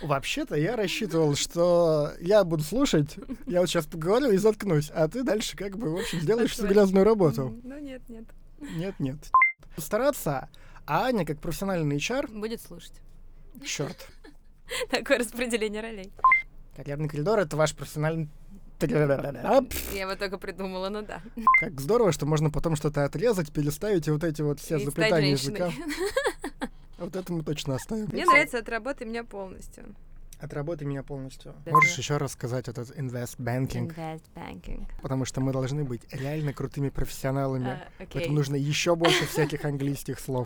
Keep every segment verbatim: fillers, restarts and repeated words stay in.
Вообще-то я рассчитывал, что я буду слушать, я вот сейчас поговорю и заткнусь, а ты дальше как бы, в общем, сделаешь всю грязную работу. Ну нет, нет. Нет, нет. Стараться, а Аня, как профессиональный эйч ар... Будет слушать. Черт. Такое распределение ролей. Карьерный коридор — это ваш профессиональный... Я его только придумала, ну да. Как здорово, что можно потом что-то отрезать, переставить, и вот эти вот все И заплетания стать языка. женщиной. Вот это мы точно оставим. Мне нравится «Отработай меня полностью». Отработай меня полностью. Да, Можешь да. еще раз сказать этот invest banking? Invest banking. Потому что мы должны быть реально крутыми профессионалами. А, окей. Поэтому нужно еще больше всяких английских слов.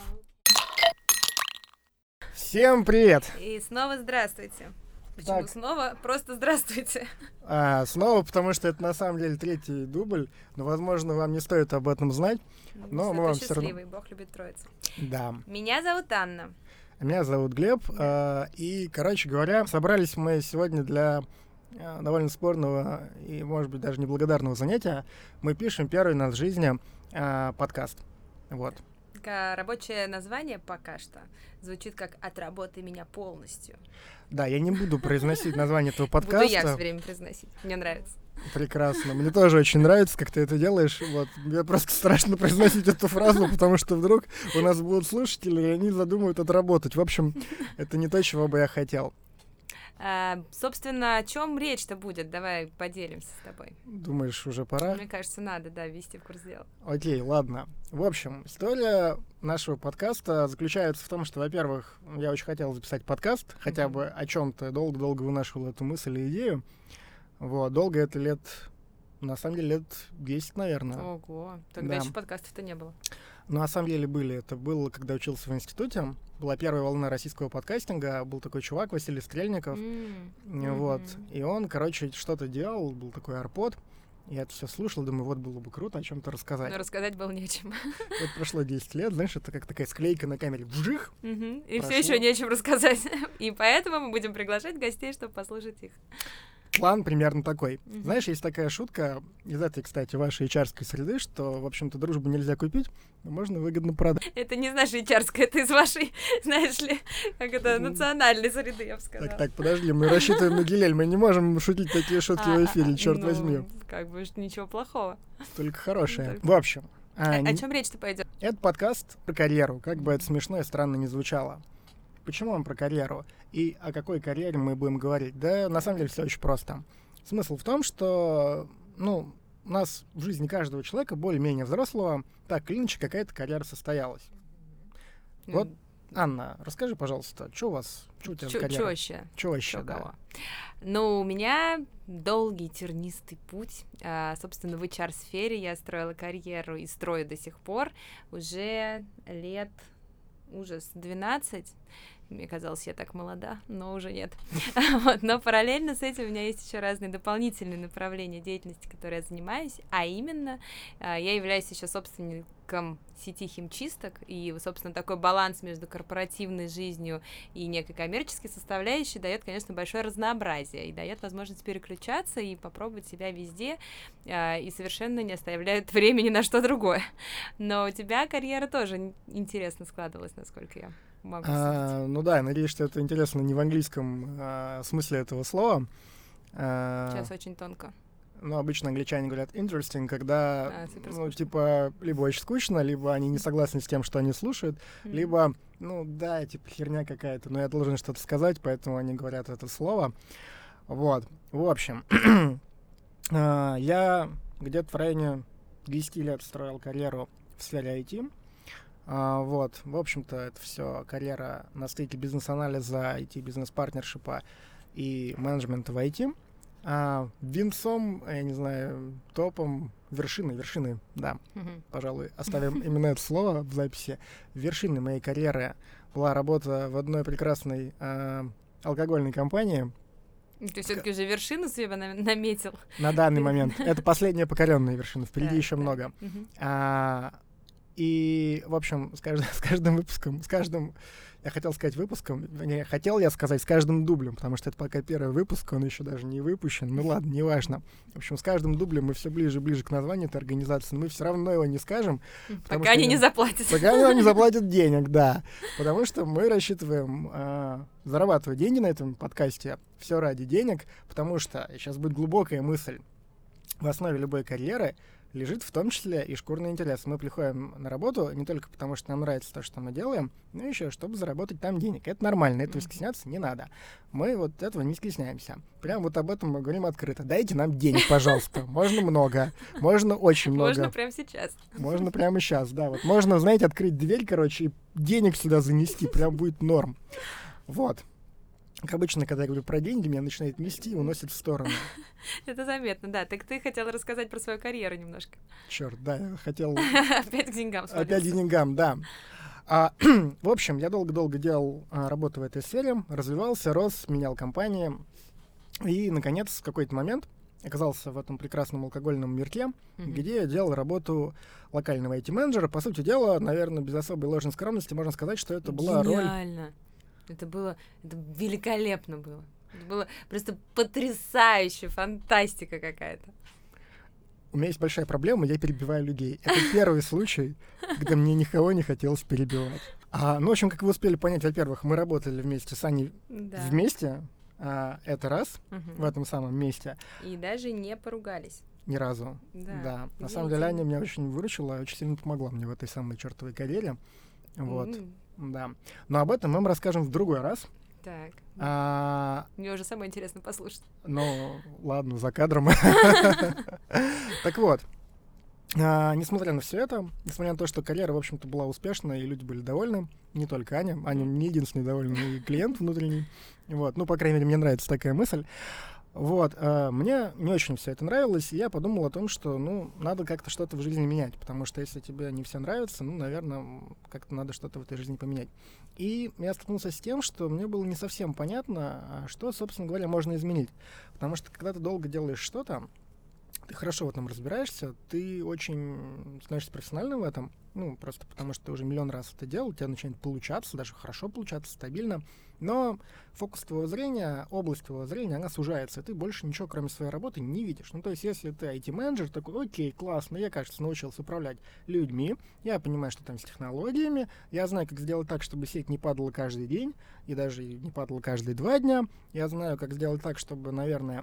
Всем привет! И снова здравствуйте. Почему Так. снова? Просто здравствуйте. А, снова, потому что это на самом деле третий дубль, но, возможно, вам не стоит об этом знать. Но мы вам всё равно- счастливый, Бог любит троицу. Да. Меня зовут Анна. Меня зовут Глеб, а, и, короче говоря, собрались мы сегодня для а, довольно спорного и, может быть, даже неблагодарного занятия. Мы пишем первый у нас в жизни а, подкаст. Вот. Ка- Рабочее название пока что звучит как «Отработай меня полностью». Да, я не буду произносить название этого Буду я все подкаста. время произносить. Мне нравится. Прекрасно. Мне тоже очень нравится, как ты это делаешь. Вот. Мне просто страшно произносить эту фразу, потому что вдруг у нас будут слушатели, и они задумают отработать. В общем, это не то, чего бы я хотел. А, собственно, о чем речь-то будет? Давай поделимся с тобой. Думаешь, уже пора? Мне кажется, надо, да, ввести в курс дела. Окей, ладно. В общем, история нашего подкаста заключается в том, что, во-первых, я очень хотел записать подкаст, хотя Мгм. бы о чем-то, долго-долго вынашивал эту мысль и идею. Вот, долго это лет, на самом деле, лет десять, наверное. Ого, тогда Да. еще подкастов-то не было. Но на самом деле были. Это было, когда учился в институте. Была первая волна российского подкастинга. Был такой чувак, Василий Стрельников. М, Вот. мгм. И он, короче, что-то делал. Был такой арпод. Я это все слушал, думаю, вот было бы круто о чем-то рассказать. Но рассказать было нечем. Вот прошло десять лет, знаешь, это как такая склейка на камере. Вжих! Мгм. И Прошло. все еще нечем рассказать. И поэтому мы будем приглашать гостей, чтобы послушать их. План примерно такой. Мгм. Знаешь, есть такая шутка из этой, кстати, вашей эйч ар-ской среды, что, в общем-то, дружбу нельзя купить, но можно выгодно продать. Это не из нашей чарской, это из вашей, знаешь ли, как это, Мгм. национальной среды, я бы сказала. Так, так, подожди, мы рассчитываем на Гилель, мы не можем шутить такие шутки А, в а, эфире, а, черт ну, возьми. Как бы ж ничего плохого. Только хорошее. Только- В общем, А- а, О не- чем речь-то пойдет? этот подкаст про карьеру, как бы это смешно и странно не звучало. Почему он про карьеру? И о какой карьере мы будем говорить? Да, на самом деле все очень просто. Смысл в том, что, ну, у нас в жизни каждого человека, более-менее взрослого, так или иначе какая-то карьера состоялась. Вот, Анна, расскажи, пожалуйста, что у вас, что у тебя за карьера? Чёще. Чё вообще, Чё да? кого? Ну, у меня долгий тернистый путь. А, собственно, в эйч ар-сфере я строила карьеру и строю до сих пор. Уже лет, ужас, двенадцать. Мне казалось, я так молода, но уже нет. Вот, но параллельно с этим у меня есть еще разные дополнительные направления деятельности, которые я занимаюсь, а именно а, я являюсь еще собственником сети химчисток, и, собственно, такой баланс между корпоративной жизнью и некой коммерческой составляющей дает, конечно, большое разнообразие и дает возможность переключаться и попробовать себя везде, а, и совершенно не оставляет времени на что другое. Но у тебя карьера тоже интересно складывалась, насколько я могу судить. А, ну да, я надеюсь, что это интересно не в английском а, смысле этого слова. А, Сейчас очень тонко. Ну, обычно англичане говорят interesting, когда, А, супер ну, скучно. типа, либо очень скучно, либо они не согласны с тем, что они слушают, Мгм. либо, ну, да, типа, херня какая-то, но я должен что-то сказать, поэтому они говорят это слово. Вот. В общем, а, я где-то в районе десять лет строил карьеру в сфере ай ти. А, вот. В общем-то, это все карьера на стыке бизнес-анализа, ай ти, бизнес-партнершипа и менеджмента в ай ти. А, венцом, я не знаю, топом, вершиной, вершиной, да, Мгм. пожалуй, оставим именно это слово в записи. Вершиной моей карьеры была работа в одной прекрасной а, алкогольной компании. Ты все-таки уже вершину себе на- наметил. На данный момент. Это последняя покоренная вершина, впереди Так, еще так. много. Мгм. А, и, в общем, с каждым, с каждым выпуском, с каждым Я хотел сказать выпуском, не, хотел я сказать с каждым дублем, потому что это пока первый выпуск, он еще даже не выпущен. Ну ладно, неважно. В общем, с каждым дублем мы все ближе и ближе к названию этой организации, но мы все равно его не скажем. Пока они не заплатят. Пока они не заплатят денег, да. Потому что мы рассчитываем э, зарабатывать деньги на этом подкасте, все ради денег, потому что, сейчас будет глубокая мысль, в основе любой карьеры лежит в том числе и шкурный интерес. Мы приходим на работу не только потому, что нам нравится то, что мы делаем, но еще, чтобы заработать там денег. Это нормально, этого стесняться не надо. Мы вот этого не стесняемся. Прям вот об этом мы говорим открыто. Дайте нам денег, пожалуйста. Можно много, можно очень много. Можно прямо сейчас. Можно прямо сейчас, да. Вот можно, знаете, открыть дверь, короче, и денег сюда занести. Прям будет норм. Вот. Как обычно, когда я говорю про деньги, меня начинает нести и уносит в сторону. Это заметно, да. Так ты хотел рассказать про свою карьеру немножко. Черт, да, я хотел... Опять к деньгам Опять к деньгам, да. А, в общем, я долго-долго делал а, работу в этой сфере, развивался, рос, менял компании. И, наконец, в какой-то момент оказался в этом прекрасном алкогольном мирке, mm-hmm. где я делал работу локального ай ти-менеджера. По сути дела, наверное, без особой ложной скромности можно сказать, что это была роль... Гениально! Это было, это великолепно было. Это было просто потрясающе, фантастика какая-то. У меня есть большая проблема, я перебиваю людей. Это первый случай, когда мне никого не хотелось перебивать. А, ну, в общем, как вы успели понять, во-первых, мы работали вместе с Аней да. вместе, а, это раз, угу. в этом самом месте. И даже не поругались. Ни разу. Да. да. На самом деле, Аня меня очень выручила, очень сильно помогла мне в этой самой чертовой карьере. Вот. Mm. Да. Но об этом мы вам расскажем в другой раз. Так. А... Мне уже самое интересное послушать. Ну, ладно, за кадром. Так вот, несмотря на все это, несмотря на то, что карьера, в общем-то, была успешна, и люди были довольны, не только Аня, Аня не единственный довольный клиент внутренний. Вот. Ну, по крайней мере, мне нравится такая мысль. Вот, э, мне не очень все это нравилось, и я подумал о том, что, ну, надо как-то что-то в жизни менять, потому что если тебе не все нравится, ну, наверное, как-то надо что-то в этой жизни поменять. И я столкнулся с тем, что мне было не совсем понятно, что, собственно говоря, можно изменить, потому что когда ты долго делаешь что-то, ты хорошо в этом разбираешься, ты очень становишься профессиональным в этом, ну, просто потому что ты уже миллион раз это делал, у тебя начинает получаться, даже хорошо получаться, стабильно, но фокус твоего зрения, область твоего зрения, она сужается, и ты больше ничего, кроме своей работы, не видишь. Ну, то есть, если ты ай ти-менеджер, такой, окей, классно, я, кажется, научился управлять людьми, я понимаю, что там с технологиями, я знаю, как сделать так, чтобы сеть не падала каждый день, и даже не падала каждые два дня, я знаю, как сделать так, чтобы, наверное...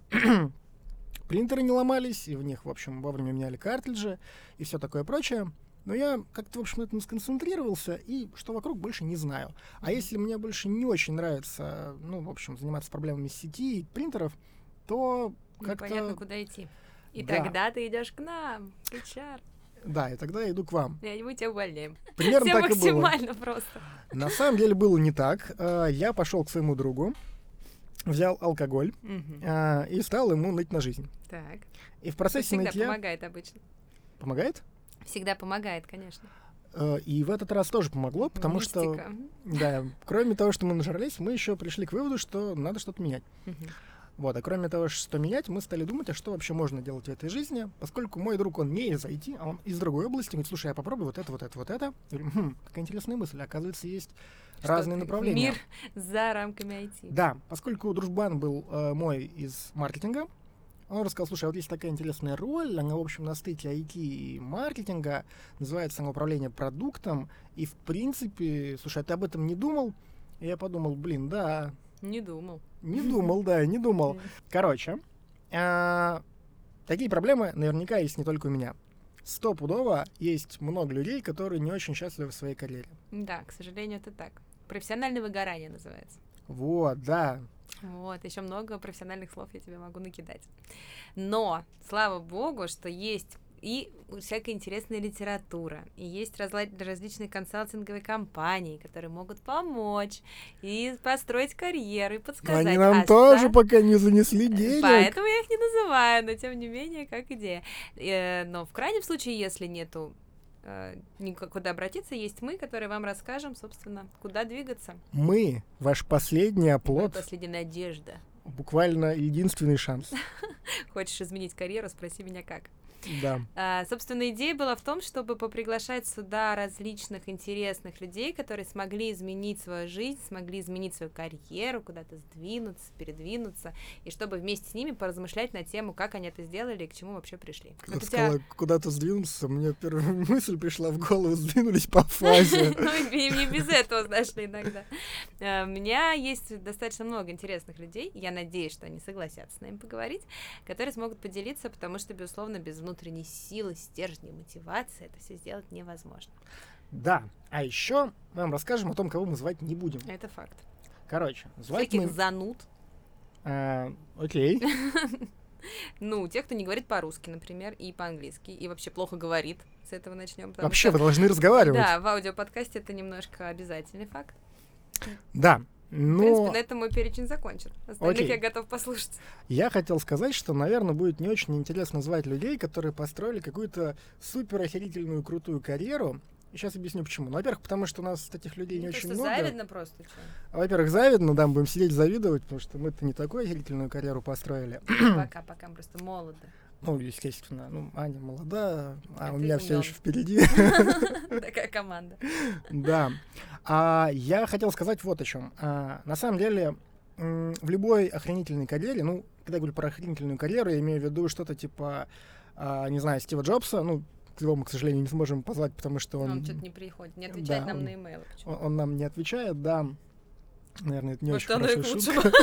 принтеры не ломались, и в них, в общем, вовремя меняли картриджи и все такое прочее. Но я как-то, в общем, на этом сконцентрировался, и что вокруг, больше не знаю. А если мне больше не очень нравится, ну, в общем, заниматься проблемами сети и принтеров, то как-то... Непонятно, куда идти. И да. тогда ты идешь к нам, к эйч ар. Да, и тогда я иду к вам. И мы тебя увольняем. Примерно Все так и было. максимально просто. На самом деле было не так. Я пошел к своему другу, взял алкоголь угу. а, и стал ему ныть на жизнь. Так. И в процессе всегда нытья... помогает обычно. Помогает? Всегда помогает, конечно. А, и в этот раз тоже помогло, потому Мистика. что... Да, кроме того, что мы нажрались, мы еще пришли к выводу, что надо что-то менять. Угу. Вот, а кроме того, что менять, мы стали думать, а что вообще можно делать в этой жизни, поскольку мой друг, он не из ай ти, а он из другой области, говорит, слушай, я попробую вот это, вот это, вот это. Я говорю, хм, какая интересная мысль, оказывается, есть что разные направления. Мир за рамками ай ти. Да, поскольку дружбан был э, мой из маркетинга, он рассказал, слушай, а вот есть такая интересная роль, она, в общем, на стыке ай ти и маркетинга, называется самоуправление продуктом, и, в принципе, слушай, а ты об этом не думал? И я подумал, блин, да... Не думал. Не думал, да, не думал. Короче, а, такие проблемы наверняка есть не только у меня. Стопудово есть много людей, которые не очень счастливы в своей карьере. Да, к сожалению, это так. Профессиональное выгорание называется. Вот, да. Вот, еще много профессиональных слов я тебе могу накидать. Но, слава богу, что есть и всякая интересная литература, и есть разла- различные консалтинговые компании, которые могут помочь и построить карьеру, и подсказать. Они нам а тоже са... пока не занесли денег. Поэтому я их не называю, но тем не менее, как идея. Э, но в крайнем случае, если нету э, никуда обратиться, есть мы, которые вам расскажем, собственно, куда двигаться. Мы, ваш последний оплот. Мы последняя надежда. Буквально единственный шанс. Хочешь изменить карьеру, спроси меня как. Да. А, собственно, идея была в том, чтобы поприглашать сюда различных интересных людей, которые смогли изменить свою жизнь, смогли изменить свою карьеру, куда-то сдвинуться, передвинуться, и чтобы вместе с ними поразмышлять на тему, как они это сделали и к чему вообще пришли. Когда Вот ты у тебя- сказала куда-то сдвинуться, мне первая мысль пришла в голову, сдвинулись по фазе. Ну, и не без этого, знаешь ли, иногда. А, У меня есть достаточно много интересных людей, я надеюсь, что они согласятся с нами поговорить, которые смогут поделиться, потому что, безусловно, без внутренней силы, стержня, мотивации это все сделать невозможно. Да, а еще мы вам расскажем о том, кого мы звать не будем. Это факт. Короче, звать Всяких мы... зануд. А, окей. Ну, тех, кто не говорит по-русски, например, и по-английски, и вообще плохо говорит. С этого начнем. Вообще, вы должны разговаривать. Да, в аудиоподкасте это немножко обязательный факт. Да, В принципе, но на этом мой перечень закончен. Остальных Окей. я готов послушать. я хотел сказать, что, наверное, будет не очень интересно звать людей, которые построили какую-то супер охерительную крутую карьеру. И сейчас объясню почему. Ну, во-первых, потому что у нас таких людей не Ну, то, очень что много. завидно просто. чё. Во-первых, завидно, да, мы будем сидеть завидовать, потому что мы-то не такую охерительную карьеру построили. Пока, пока мы просто молоды. Ну, естественно, ну, Аня молода, а, А у ты меня все умён. еще впереди. Такая команда. Да. А, я хотел сказать вот о чем. А, на самом деле, м, в любой охренительной карьере, ну, когда я говорю про охренительную карьеру, я имею в виду что-то типа, а, не знаю, Стива Джобса, ну, его мы, к сожалению, не сможем позвать, потому что Он, он, что-то не приходит, не отвечает да, нам он- на имейлы. Почему? он, он нам не отвечает, да. Наверное, это не Может, очень оно и к хорошая лучшему. шутка.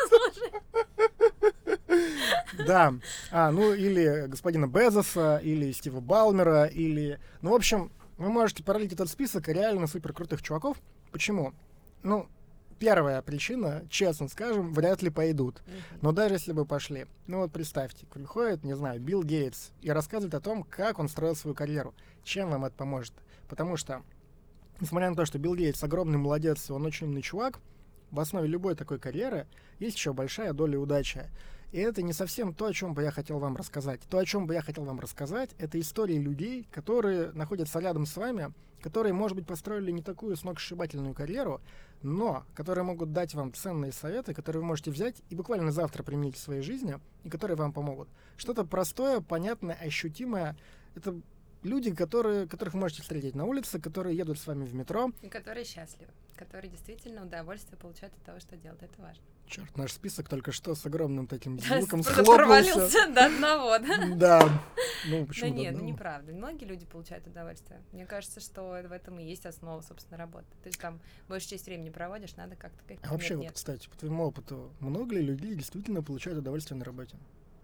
Да. А, ну, или господина Безоса, или Стива Балмера, или... Ну, в общем, вы можете пролить этот список реально супер крутых чуваков. Почему? Ну, первая причина, честно скажем, вряд ли пойдут. Мгм. Но даже если бы пошли, ну вот представьте, приходит, не знаю, Билл Гейтс и рассказывает о том, как он строил свою карьеру. Чем вам это поможет? Потому что, несмотря на то, что Билл Гейтс огромный молодец, и он очень умный чувак, в основе любой такой карьеры есть еще большая доля удачи. И это не совсем то, о чем бы я хотел вам рассказать. То, о чем бы я хотел вам рассказать, это истории людей, которые находятся рядом с вами, которые, может быть, построили не такую сногсшибательную карьеру, но которые могут дать вам ценные советы, которые вы можете взять и буквально завтра применить в своей жизни, и которые вам помогут. Что-то простое, понятное, ощутимое. Это люди, которые, которых вы можете встретить на улице, которые едут с вами в метро. И которые счастливы, которые действительно удовольствие получают от того, что делают. Это важно. Черт, наш список только что с огромным таким Да, звуком просто схлопнулся. провалился до одного, да? Да. Ну, Да почему до нет, ну одного? неправда. Многие люди получают удовольствие. Мне кажется, что в этом и есть основа, собственно, работы. Ты же там большую часть времени проводишь, надо как-то... как- А вообще, нет, вот, нет. кстати, по твоему опыту, много ли людей действительно получают удовольствие на работе?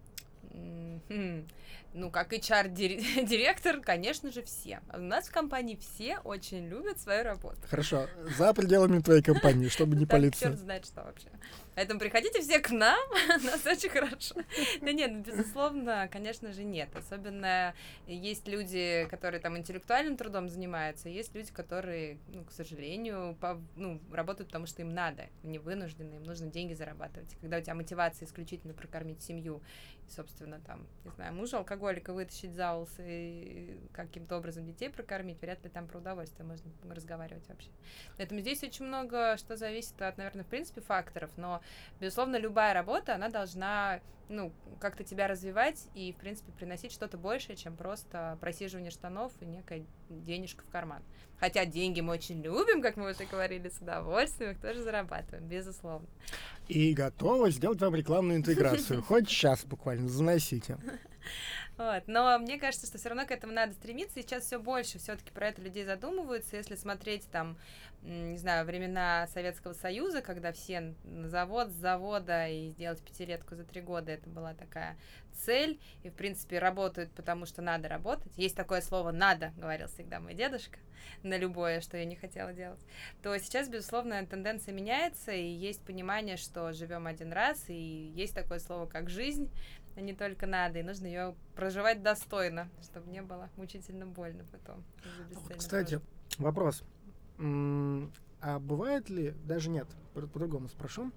Мгм. Ну, как эйч ар-директор, конечно же, все. У нас в компании все очень любят свою работу. Хорошо, за пределами твоей компании, чтобы не Там палиться. черт знает что вообще. Поэтому приходите все к нам, у нас очень хорошо. Да нет, ну, безусловно, конечно же, нет. Особенно есть люди, которые там интеллектуальным трудом занимаются, есть люди, которые, ну, к сожалению, по, ну, работают, потому что им надо, они вынуждены, им нужно деньги зарабатывать. Когда у тебя мотивация исключительно прокормить семью, и, собственно, там, не знаю, мужа алкоголика вытащить за волосы и каким-то образом детей прокормить, вряд ли там про удовольствие можно разговаривать вообще. Поэтому здесь очень много что зависит от, наверное, в принципе, факторов, но, безусловно, любая работа, она должна, ну, как-то тебя развивать и, в принципе, приносить что-то большее, чем просто просиживание штанов и некая денежка в карман. Хотя деньги мы очень любим, как мы уже говорили, с удовольствием их тоже зарабатываем, безусловно. И готова сделать вам рекламную интеграцию. Хоть сейчас буквально, заносите. Вот. Но мне кажется, что все равно к этому надо стремиться, и сейчас все больше все-таки про это людей задумываются. Если смотреть там, м, не знаю, времена Советского Союза, когда все на завод с завода и сделать пятилетку за три года, это была такая цель, и, в принципе, работают, потому что надо работать. Есть такое слово «надо», говорил всегда мой дедушка, на любое, что я не хотела делать. То сейчас, безусловно, тенденция меняется, и есть понимание, что живем один раз, и есть такое слово, как «жизнь», а не только надо, и нужно ее проживать достойно, чтобы не было мучительно больно потом. из-за бесцельно Кстати, прожитого. вопрос. М, А бывает ли, даже нет, по- по-другому спрошу,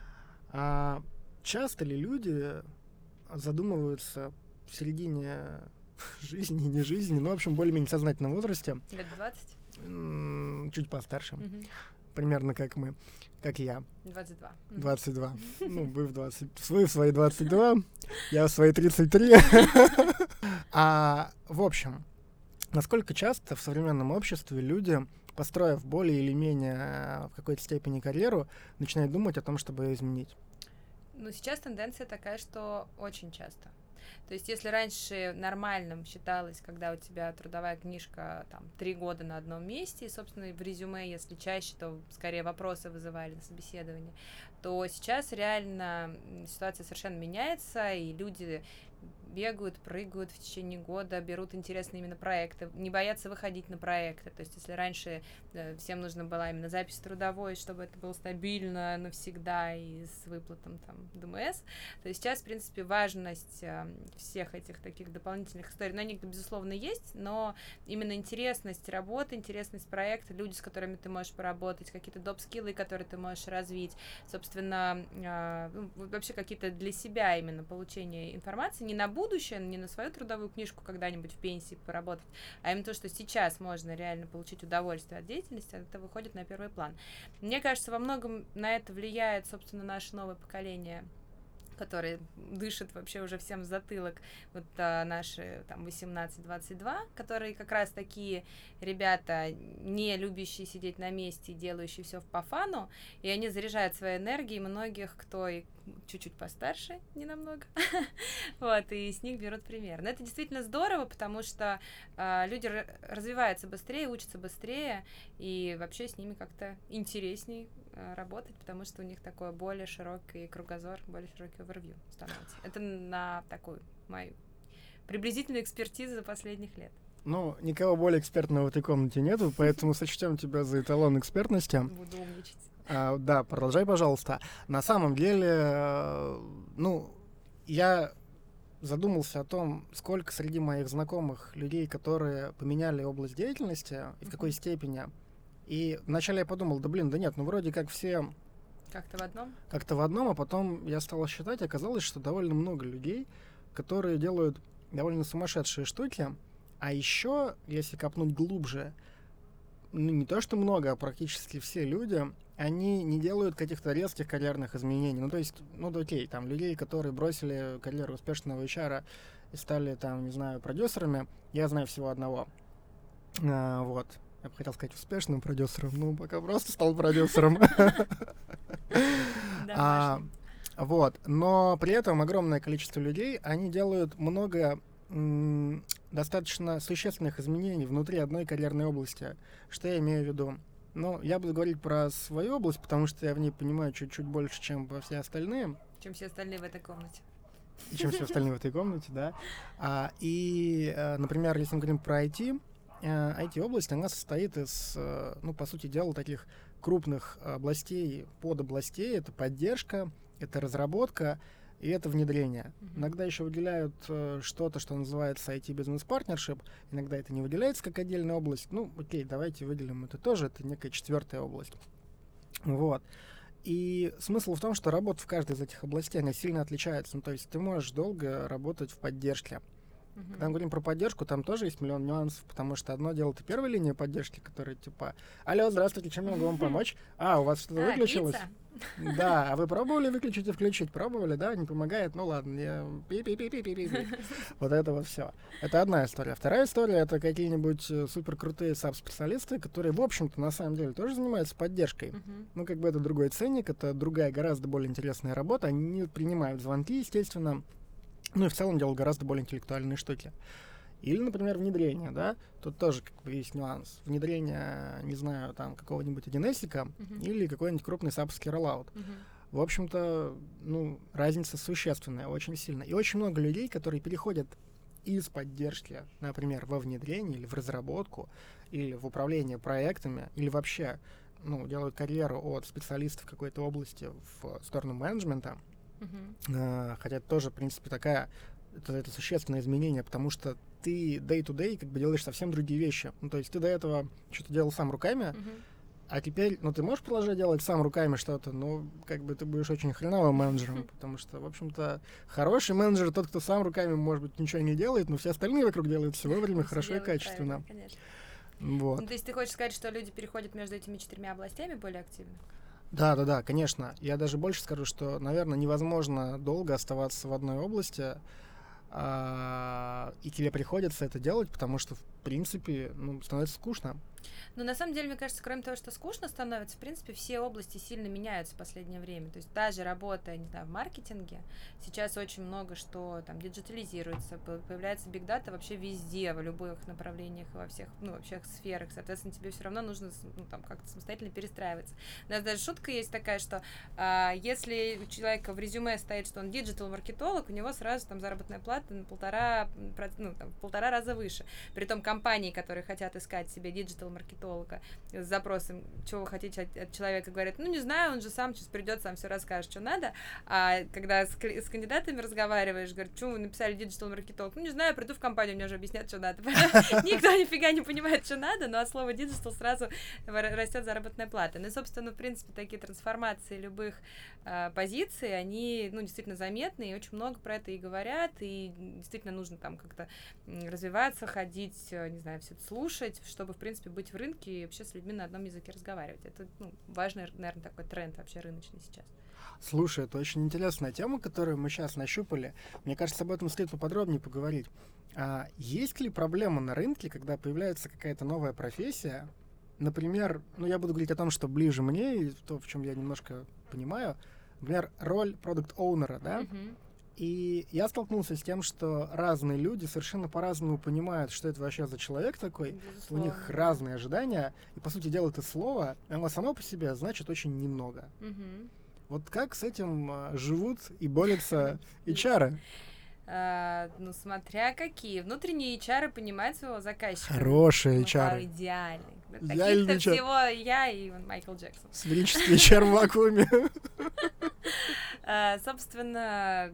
а часто ли люди задумываются в середине жизни, не жизни, ну, в общем, более-менее сознательном возрасте, Лет двадцать? м, чуть постарше, Мгм. примерно как мы, как я, двадцать два. Мгм. двадцать два. Ну, вы в двадцать, вы в свои двадцать два, я в свои тридцать три. А, в общем, насколько часто в современном обществе люди, построив более или менее в какой-то степени карьеру, начинают думать о том, чтобы ее изменить? Ну, сейчас тенденция такая, что очень часто. То есть, если раньше нормальным считалось, когда у тебя трудовая книжка там три года на одном месте, и, собственно, в резюме, если чаще, то скорее вопросы вызывали на собеседовании, то сейчас реально ситуация совершенно меняется, и люди бегают, прыгают в течение года, берут интересные именно проекты, не боятся выходить на проекты. То есть, если раньше э, всем нужна была именно запись трудовой, чтобы это было стабильно навсегда и с выплатом там ДМС, то сейчас, в принципе, важность э, всех этих таких дополнительных историй, ну, они, безусловно, есть, но именно интересность работы, интересность проекта, люди, с которыми ты можешь поработать, какие-то доп-скиллы, которые ты можешь развить, собственно, э, вообще какие-то для себя именно получение информации, не на будущее, не на свою трудовую книжку когда-нибудь в пенсии поработать, а именно то, что сейчас можно реально получить удовольствие от деятельности, это выходит на первый план. Мне кажется, во многом на это влияет, собственно, наше новое поколение, который дышит вообще уже всем в затылок, вот а, наши там восемнадцать двадцать два, которые как раз такие ребята, не любящие сидеть на месте, делающие все по фану, и они заряжают своей энергией многих, кто и чуть-чуть постарше, не намного, вот, и с них берут пример. Но это действительно здорово, потому что э, люди р- развиваются быстрее, учатся быстрее, и вообще с ними как-то интересней э, работать, потому что у них такой более широкий кругозор, более широкий овервью становится. Это на такую мою приблизительную экспертизу за последних лет. Ну, никого более экспертного в этой комнате нету, поэтому сочтем тебя за эталон экспертности. Буду умничать. А, да, продолжай, пожалуйста. На самом деле, э, ну, я задумался о том, сколько среди моих знакомых людей, которые поменяли область деятельности, и в какой степени. И вначале я подумал, да блин, да нет, ну вроде как все... Как-то в одном? Как-то в одном, а потом я стал считать, оказалось, что довольно много людей, которые делают довольно сумасшедшие штуки. А еще, если копнуть глубже, ну не то что много, а практически все люди, они не делают каких-то резких карьерных изменений. Ну, то есть, ну, да, окей, там, людей, которые бросили карьеру успешного эйч ар и стали, там, не знаю, продюсерами, я знаю всего одного. А, вот. Я бы хотел сказать успешным продюсером, ну, пока просто стал продюсером. Вот. Но при этом огромное количество людей, они делают много достаточно существенных изменений внутри одной карьерной области. Что я имею в виду? Ну, я буду говорить про свою область, потому что я в ней понимаю чуть-чуть больше, чем во все остальные. Чем все остальные в этой комнате. И чем все остальные в этой комнате, да. А, и, например, если мы говорим про ай ти, ай ти-область, она состоит из, ну, по сути дела, таких крупных областей, подобластей. Это поддержка, это разработка и это внедрение. Mm-hmm. Иногда еще выделяют э, что-то, что называется ай ти-бизнес партнершип. Иногда это не выделяется как отдельная область. Ну, окей, давайте выделим это тоже. Это некая четвертая область. Вот. И смысл в том, что работа в каждой из этих областей, она сильно отличается. Ну, то есть ты можешь долго работать в поддержке. Mm-hmm. Когда мы говорим про поддержку, там тоже есть миллион нюансов, потому что одно дело — это первая линия поддержки, которая типа: алло, здравствуйте, чем я могу вам помочь? А, у вас что-то а, выключилось? Пицца? Да, а вы пробовали выключить и включить? Пробовали, да? Не помогает? Ну ладно, я... пи-пи-пи-пи-пи-пи. Вот это вот все. Это одна история. Вторая история — это какие-нибудь супер крутые саб-специалисты, которые, в общем-то, на самом деле тоже занимаются поддержкой. Uh-huh. Ну, как бы это другой ценник, это другая, гораздо более интересная работа. Они не принимают звонки, естественно. Ну и в целом делают гораздо более интеллектуальные штуки. Или, например, внедрение, да, тут тоже как бы есть нюанс. Внедрение, не знаю, там, какого-нибудь один эс-ика uh-huh. или какой-нибудь крупный сапский роллаут. Uh-huh. В общем-то, ну, разница существенная, очень сильная. И очень много людей, которые переходят из поддержки, например, во внедрение или в разработку, или в управление проектами, или вообще, ну, делают карьеру от специалистов какой-то области в сторону менеджмента. Uh-huh. Uh, хотя это тоже, в принципе, такая... Это, это существенное изменение, потому что ты day-to-day как бы делаешь совсем другие вещи. Ну, то есть ты до этого что-то делал сам руками, uh-huh. а теперь, ну, ты можешь продолжать делать сам руками что-то, но как бы ты будешь очень хреновым менеджером, потому что, в общем-то, хороший менеджер тот, кто сам руками, может быть, ничего не делает, но все остальные вокруг делают все вовремя, хорошо и качественно. Вот. Ну, то есть ты хочешь сказать, что люди переходят между этими четырьмя областями более активно? Да, да, да, конечно. Я даже больше скажу, что, наверное, невозможно долго оставаться в одной области. а, и тебе приходится это делать, потому что, в принципе, ну, становится скучно. Ну, на самом деле, мне кажется, кроме того, что скучно становится, в принципе, все области сильно меняются в последнее время. То есть даже работая, не знаю, в маркетинге, сейчас очень много что там диджитализируется, появляется бигдата вообще везде, в любых направлениях, во всех, ну, во всех сферах. Соответственно, тебе все равно нужно, ну, там, как-то самостоятельно перестраиваться. У нас даже шутка есть такая, что а, если у человека в резюме стоит, что он диджитал-маркетолог, у него сразу там заработная плата на полтора, ну, там, в полтора раза выше. Притом компании, которые хотят искать себе диджитал-маркетолога с запросом, чего вы хотите от, от человека, говорят, ну, не знаю, он же сам сейчас придет, сам все расскажет, что надо. А когда с, с кандидатами разговариваешь, говорят, почему вы написали диджитал-маркетолог? Ну, не знаю, приду в компанию, мне уже объяснят, что надо. Никто нифига не понимает, что надо, но от слова диджитал сразу растет заработная плата. Ну, и, собственно, в принципе, такие трансформации любых э, позиций, они, ну, действительно заметны, и очень много про это и говорят, и действительно нужно там как-то развиваться, ходить, не знаю, все это слушать, чтобы, в принципе, быть в рынке и вообще с людьми на одном языке разговаривать. Это, ну, важный, наверное, такой тренд вообще рыночный сейчас. Слушай, это очень интересная тема, которую мы сейчас нащупали. Мне кажется, об этом следует поподробнее поговорить. А есть ли проблема на рынке, когда появляется какая-то новая профессия? Например, ну, я буду говорить о том, что ближе мне, и то, в чем я немножко понимаю. Например, роль продакт-оунера, да? Uh-huh. И я столкнулся с тем, что разные люди совершенно по-разному понимают, что это вообще за человек такой. Безусловно. У них разные ожидания. И, по сути дела, это слово, оно само по себе значит очень немного. Uh-huh. Вот как с этим а, живут и борются эйч ар? Uh, ну, смотря какие. Внутренние эйч ар понимают своего заказчика. Хорошие ну, эйч ар. Идеальный. Идеальный Таких-то всего я и Майкл Джексон. Сферический эйч ар в вакууме. uh, собственно,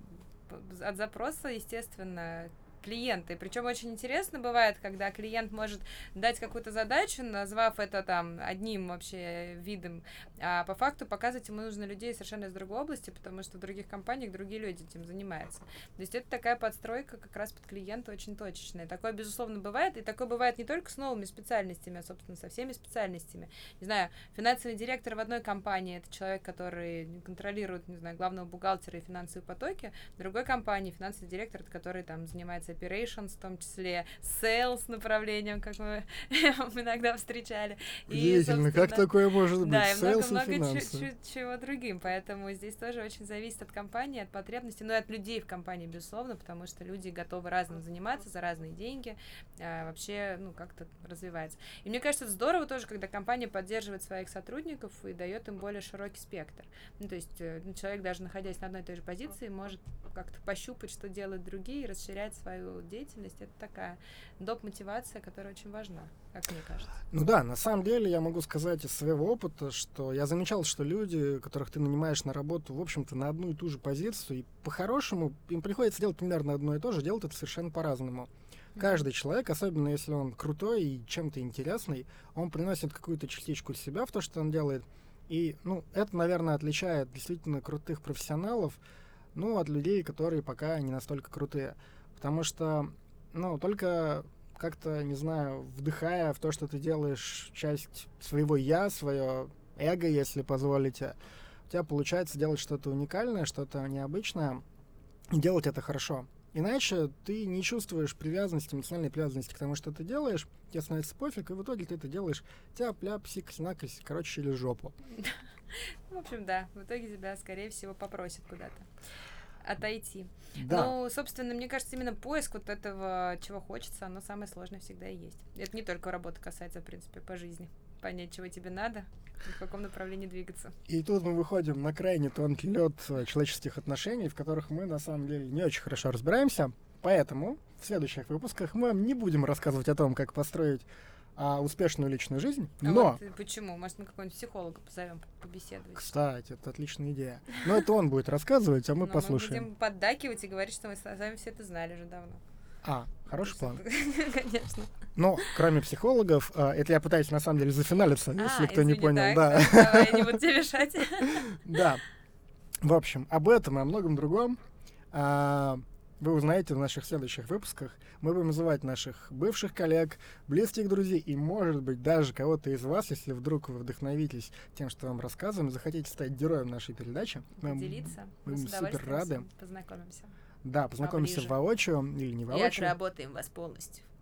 от запроса, естественно, клиенты. Причем очень интересно бывает, когда клиент может дать какую-то задачу, назвав это там одним вообще видом, а по факту показывать ему нужно людей совершенно из другой области, потому что в других компаниях другие люди этим занимаются. То есть это такая подстройка как раз под клиента очень точечная. Такое, безусловно, бывает, и такое бывает не только с новыми специальностями, а, собственно, со всеми специальностями. Не знаю, финансовый директор в одной компании — это человек, который контролирует, не знаю, главного бухгалтера и финансовые потоки, в другой компании финансовый директор — это который там занимается operations, в том числе sales направлением, как мы иногда встречали. Удивительно, как такое может быть? Да, и Sales много-много и ч- ч- чего другим, поэтому здесь тоже очень зависит от компании, от потребностей, ну и от людей в компании, безусловно, потому что люди готовы разным заниматься за разные деньги, а вообще, ну, как-то развивается. И мне кажется, это здорово тоже, когда компания поддерживает своих сотрудников и дает им более широкий спектр. Ну, то есть ну, человек, даже находясь на одной и той же позиции, может как-то пощупать, что делают другие, и расширять свою деятельность. Это такая доп-мотивация, которая очень важна, как мне кажется. Ну да, на самом деле я могу сказать из своего опыта, что я замечал, что люди, которых ты нанимаешь на работу, в общем-то, на одну и ту же позицию, и по-хорошему им приходится делать примерно одно и то же, делают это совершенно по-разному. Mm-hmm. Каждый человек, особенно если он крутой и чем-то интересный, он приносит какую-то частичку себя в то, что он делает. И, ну, это, наверное, отличает действительно крутых профессионалов, ну, от людей, которые пока не настолько крутые. Потому что, ну, только как-то, не знаю, вдыхая в то, что ты делаешь часть своего «я», свое эго, если позволите, у тебя получается делать что-то уникальное, что-то необычное, и делать это хорошо. Иначе ты не чувствуешь привязанности, эмоциональной привязанности к тому, что ты делаешь, тебе становится пофиг, и в итоге ты это делаешь тяп-ляп, сикось-накось, короче, через жопу. В общем, да, в итоге тебя, скорее всего, попросят куда-то отойти. Да. Ну, собственно, мне кажется, именно поиск вот этого, чего хочется, оно самое сложное всегда и есть. Это не только работа касается, в принципе, по жизни. Понять, чего тебе надо, и в каком направлении двигаться. И тут мы выходим на крайне тонкий лед человеческих отношений, в которых мы, на самом деле, не очень хорошо разбираемся. Поэтому в следующих выпусках мы не будем рассказывать о том, как построить а, успешную личную жизнь, а но... Вот почему? Может, мы какого-нибудь психолога позовем побеседовать? Кстати, это отличная идея. Но это он будет рассказывать, а мы Но послушаем. мы будем поддакивать и говорить, что мы с вами все это знали уже давно. А, хороший план. Конечно. Но, кроме психологов, это я пытаюсь, на самом деле, зафиналиться, если а, кто не извини, понял. так, Да. так, давай, я не буду тебя мешать. Да. В общем, об этом и о многом другом вы узнаете в наших следующих выпусках. Мы будем называть наших бывших коллег, близких друзей и, может быть, даже кого-то из вас, если вдруг вы вдохновитесь тем, что вам рассказываем, захотите стать героем нашей передачи. Поделиться. Мы будем супер рады. Познакомимся. Да, познакомимся Поближе. воочию или не И воочию. отработаем вас полностью.